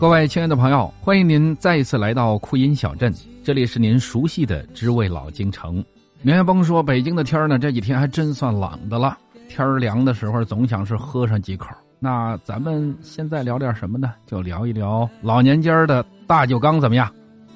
各位亲爱的朋友，欢迎您再一次来到酷音小镇，这里是您熟悉的知味老京城。您甭说北京的天呢，这几天还真算冷的了，天凉的时候总想是喝上几口。那咱们现在聊点什么呢？就聊一聊老年间的大酒缸怎么样？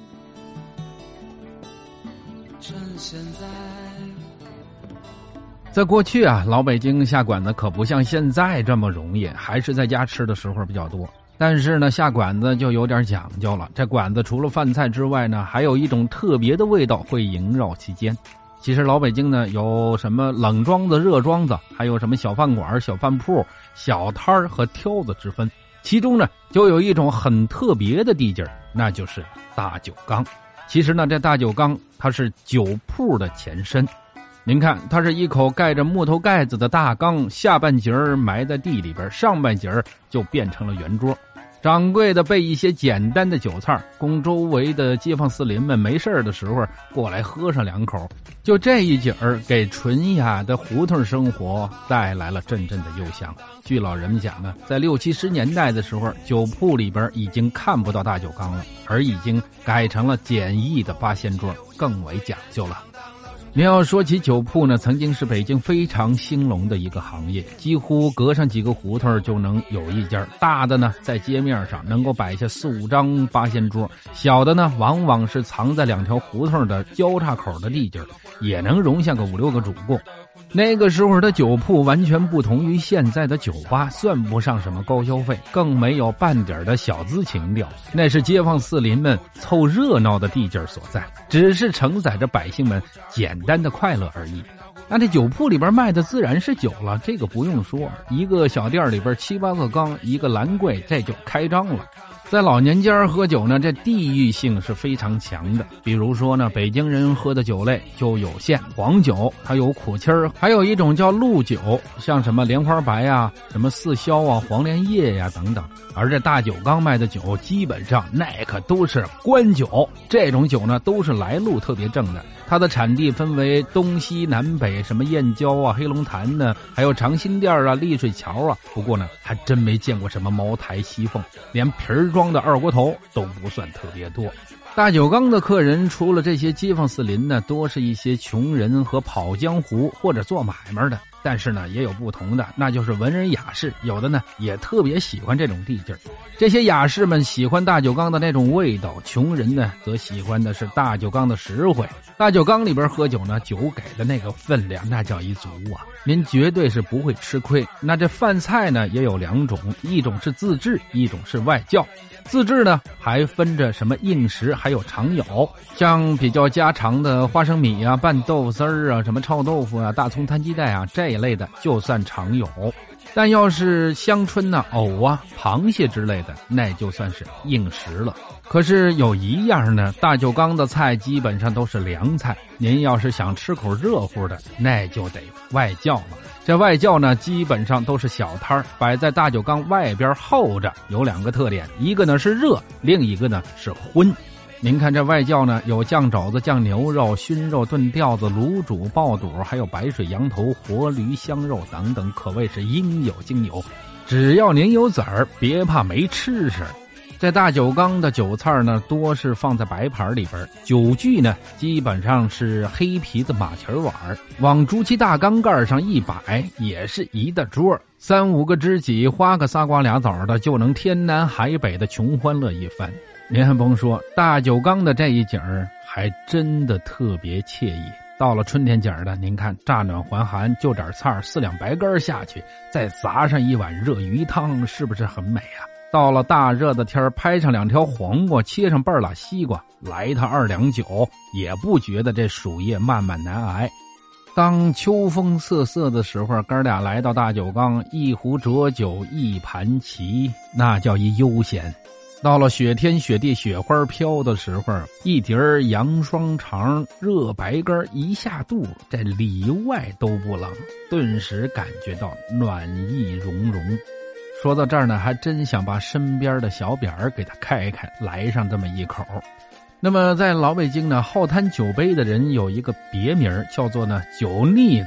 在过去啊，老北京下馆子可不像现在这么容易，还是在家吃的时候比较多。但是呢，下馆子就有点讲究了。这馆子除了饭菜之外呢，还有一种特别的味道会萦绕其间。其实老北京呢，有什么冷庄子、热庄子，还有什么小饭馆、小饭铺、小摊儿和挑子之分。其中呢，就有一种很特别的地界儿，那就是大酒缸。其实呢，这大酒缸它是酒铺的前身。您看，它是一口盖着木头盖子的大缸，下半截埋在地里边，上半截就变成了圆桌。掌柜的备一些简单的酒菜，供周围的街坊四邻们没事的时候过来喝上两口。就这一景儿，给纯雅的胡同生活带来了阵阵的幽香。据老人们讲呢，在60、70年代的时候，酒铺里边已经看不到大酒缸了，而已经改成了简易的八仙桌，更为讲究了。您要说起酒铺呢，曾经是北京非常兴隆的一个行业，几乎隔上几个胡同就能有一家。大的呢，在街面上能够摆下4、5张八仙桌，小的呢，往往是藏在2条胡同的交叉口的地界，也能容下个5、6个主顾。那个时候的酒铺完全不同于现在的酒吧，算不上什么高消费，更没有半点的小资情调，那是街坊四邻们凑热闹的地界所在，只是承载着百姓们简单的快乐而已。那这酒铺里边卖的自然是酒了，这个不用说，一个小店里边7、8个缸，一个栏柜，这就开张了。在老年间喝酒呢，这地域性是非常强的。比如说呢，北京人喝的酒类就有限，黄酒它有苦气儿，还有一种叫鹿酒，像什么莲花白啊、什么四硝啊、黄连叶呀等等。而这大酒缸卖的酒，基本上那可都是官酒，这种酒呢都是来路特别正的。它的产地分为东西南北，什么燕郊啊、黑龙潭呢，还有长辛店啊、丽水桥啊。不过呢，还真没见过什么茅台、西凤，连皮儿装的二锅头都不算特别多。大酒缸的客人除了这些街坊四邻呢，多是一些穷人和跑江湖或者做买卖的。但是呢，也有不同的，那就是文人雅士，有的呢也特别喜欢这种地界儿。这些雅士们喜欢大酒缸的那种味道，穷人呢则喜欢的是大酒缸的实惠。大酒缸里边喝酒呢，酒给的那个分量那叫一足啊，您绝对是不会吃亏。那这饭菜呢也有2种，一种是自制，一种是外教。自制呢还分着什么硬食还有常有，像比较家常的花生米啊、拌豆腐丝儿啊、什么臭豆腐啊、大葱摊鸡蛋啊这一类的就算常有。但要是香椿啊、藕啊、螃蟹之类的，那就算是硬食了。可是有一样呢，大酒缸的菜基本上都是凉菜，您要是想吃口热乎的，那就得外教了。这外教呢，基本上都是小摊儿，摆在大酒缸外边候着，有2个特点，一个呢是热，另一个呢是荤。您看这外教呢，有酱肘子、酱牛肉、熏肉、炖吊子、卤煮、爆肚，还有白水羊头、活驴、香肉等等，可谓是应有尽有。只要您有籽儿，别怕没吃食。这大酒缸的酒菜呢，多是放在白盘里边，酒具呢基本上是黑皮子马蹄碗，往竹漆大缸盖上一摆，也是一大桌，3、5个知己花个仨瓜俩枣的，就能天南海北的穷欢乐一番。您还甭说，大酒缸的这一景儿还真的特别惬意。到了春天景儿的，您看乍暖还寒，就点菜4两白干下去，再砸上一碗热鱼汤，是不是很美啊？到了大热的天，拍上2条黄瓜，切上半拉西瓜，来他2两酒，也不觉得这暑夜漫漫难挨。当秋风瑟瑟的时候，哥俩来到大酒缸，一壶浊酒一盘棋，那叫一悠闲。到了雪天雪地雪花飘的时候，一碟羊双肠热白干一下肚，这里外都不冷，顿时感觉到暖意融融。说到这儿呢，还真想把身边的小扁儿给他开开，来上这么一口。那么在老北京呢，好贪酒杯的人有一个别名叫做呢酒腻子。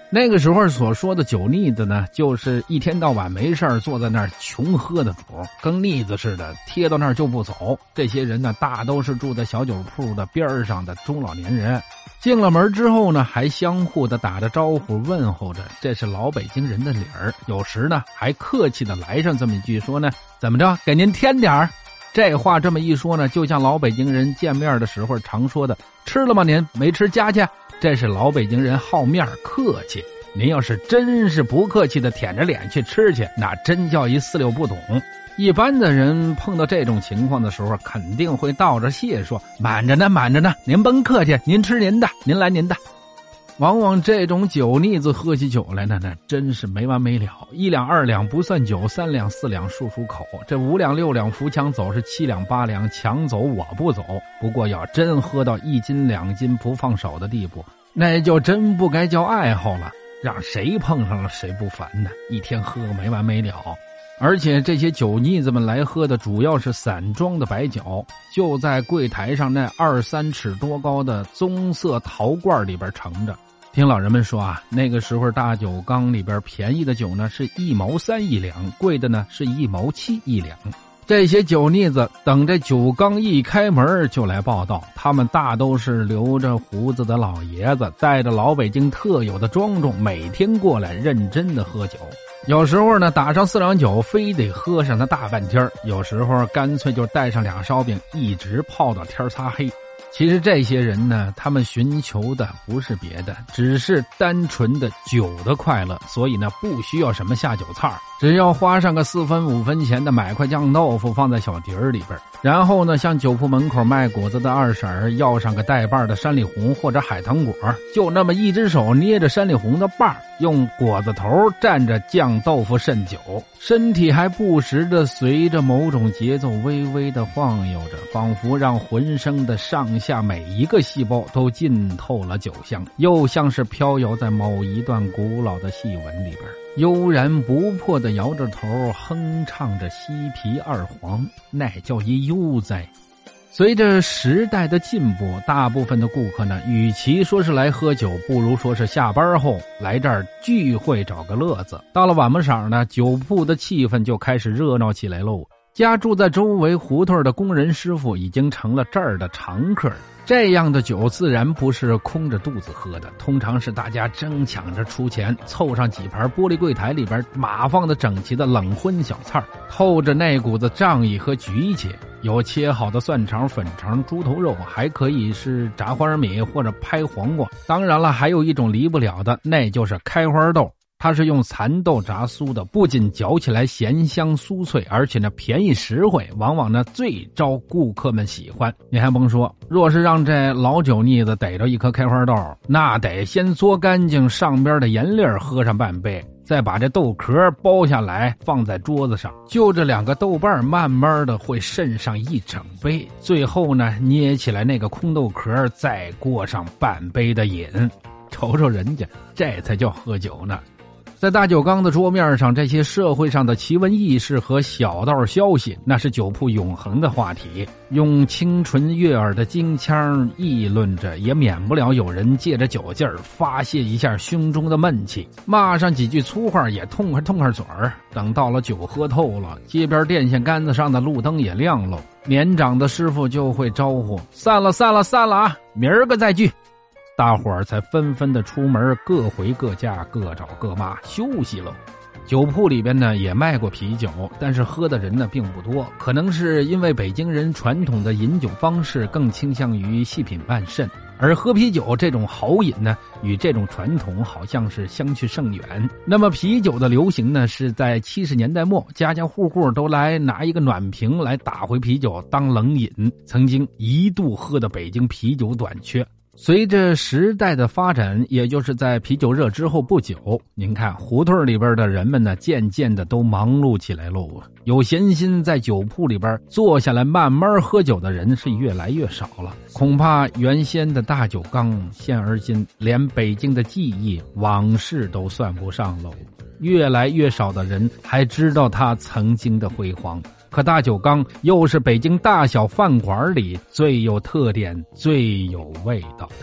那个时候所说的酒腻子呢，就是一天到晚没事儿坐在那儿穷喝的主，跟腻子似的贴到那儿就不走。这些人呢，大都是住在小酒铺的边上的中老年人。进了门之后呢，还相互的打着招呼问候着，这是老北京人的理儿。有时呢，还客气的来上这么一句说呢，怎么着，给您添点儿。这话这么一说呢，就像老北京人见面的时候常说的，吃了吗您？没吃加去。这是老北京人好面客气。您要是真是不客气的舔着脸去吃去，那真叫一四六不懂。一般的人碰到这种情况的时候，肯定会道着谢说，满着呢，满着呢，您甭客气，您吃您的，您来您的。往往这种酒腻子喝起酒来呢，那真是没完没了。1两2两不算酒，3两4两漱漱口，这5两6两扶墙走是7两8两，抢走我不走。不过要真喝到1斤2斤不放手的地步，那就真不该叫爱好了，让谁碰上了谁不烦呢？一天喝个没完没了。而且这些酒腻子们来喝的主要是散装的白酒，就在柜台上那2、3尺多高的棕色陶罐里边盛着。听老人们说啊，那个时候大酒缸里边便宜的酒呢是1毛3一两，贵的呢是1毛7一两。这些酒腻子等这酒缸一开门就来报道，他们大都是留着胡子的老爷子，带着老北京特有的庄重，每天过来认真的喝酒。有时候呢打上4两酒非得喝上那大半天，有时候干脆就带上2烧饼，一直泡到天擦黑。其实这些人呢，他们寻求的不是别的，只是单纯的酒的快乐，所以呢不需要什么下酒菜，只要花上个4分5分钱的买块酱豆腐放在小碟儿里边，然后呢向酒铺门口卖果子的二婶要上个带瓣的山里红或者海棠果，就那么一只手捏着山里红的瓣，用果子头蘸着酱豆腐渗酒，身体还不时的随着某种节奏微微的晃悠着，仿佛让浑身的上下每一个细胞都浸透了酒香，又像是飘摇在某一段古老的戏文里边，悠然不迫地摇着头哼唱着西皮二黄，那叫一悠哉。随着时代的进步，大部分的顾客呢，与其说是来喝酒，不如说是下班后来这儿聚会找个乐子。到了晚不晌呢，酒铺的气氛就开始热闹起来喽。家住在周围胡同的工人师傅已经成了这儿的常客，这样的酒自然不是空着肚子喝的，通常是大家争抢着出钱，凑上几盘玻璃柜台里边码放的整齐的冷荤小菜，透着那股子仗义和局气。有切好的蒜肠、粉肠、猪头肉，还可以是炸花生米或者拍黄瓜。当然了，还有一种离不了的，那就是开花豆。它是用蚕豆炸酥的，不仅嚼起来咸香酥脆，而且呢便宜实惠，往往呢最招顾客们喜欢。你还甭说，若是让这老酒腻子逮着一颗开花豆，那得先嘬干净上边的盐粒儿，喝上半杯，再把这豆壳剥下来放在桌子上，就这2个豆瓣慢慢的会渗上一整杯，最后呢捏起来那个空豆壳，再过上半杯的瘾。瞅瞅人家，这才叫喝酒呢。在大酒缸的桌面上，这些社会上的奇闻异事和小道消息，那是酒铺永恒的话题。用清纯悦耳的京腔议论着，也免不了有人借着酒劲儿发泄一下胸中的闷气，骂上几句粗话也痛快嘴儿。等到了酒喝透了，街边电线杆子上的路灯也亮了，年长的师傅就会招呼：散了啊，明儿个再聚。大伙儿才纷纷的出门，各回各家，各找各妈休息了。酒铺里边呢也卖过啤酒，但是喝的人呢并不多，可能是因为北京人传统的饮酒方式更倾向于细品慢渗，而喝啤酒这种好饮呢与这种传统好像是相去甚远。那么啤酒的流行呢是在70年代末，家家户户都来拿一个暖瓶来打回啤酒当冷饮，曾经一度喝的北京啤酒短缺。随着时代的发展，也就是在啤酒热之后不久，您看胡同里边的人们呢，渐渐的都忙碌起来喽。有闲心在酒铺里边坐下来慢慢喝酒的人是越来越少了。恐怕原先的大酒缸，现而今连北京的记忆往事都算不上喽。越来越少的人还知道它曾经的辉煌。可大酒缸又是北京大小饭馆里最有特点、最有味道的。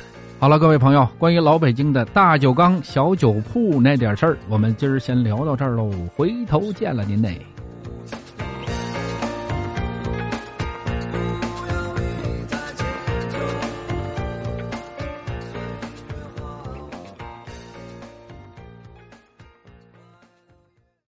好了，各位朋友，关于老北京的大酒缸、小酒铺那点事儿，我们今儿先聊到这儿喽，回头见了您嘞。